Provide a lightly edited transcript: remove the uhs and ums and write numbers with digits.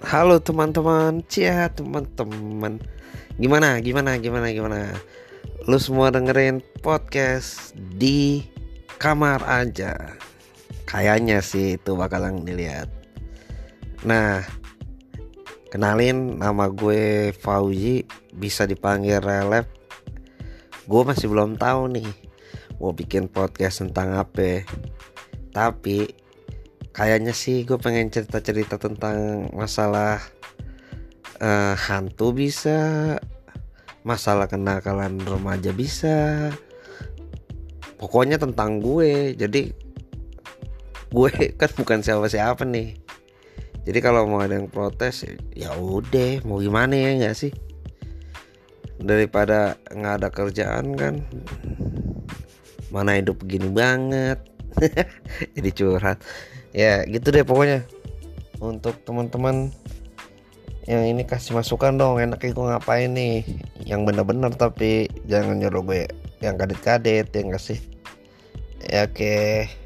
Halo teman-teman, teman-teman. Gimana? Lu semua dengerin podcast di kamar aja. Kayaknya sih itu bakalan dilihat. Nah, kenalin nama gue Fauzi, bisa dipanggil Relep. Gue masih belum tahu nih mau bikin podcast tentang apa. Tapi kayaknya sih gue pengen cerita-cerita tentang masalah hantu bisa, masalah kenakalan remaja bisa, pokoknya tentang gue. Jadi gue kan bukan siapa-siapa nih. Jadi kalau mau ada yang protes ya udah, mau gimana ya nggak sih? Daripada nggak ada kerjaan kan, mana hidup begini banget. Jadi curhat. Ya gitu deh pokoknya. Untuk teman-teman yang ini kasih masukan dong, enaknya gue ngapain nih yang bener-bener, tapi jangan nyuruh gue yang kadet-kadet, ya nggak sih? Ya oke.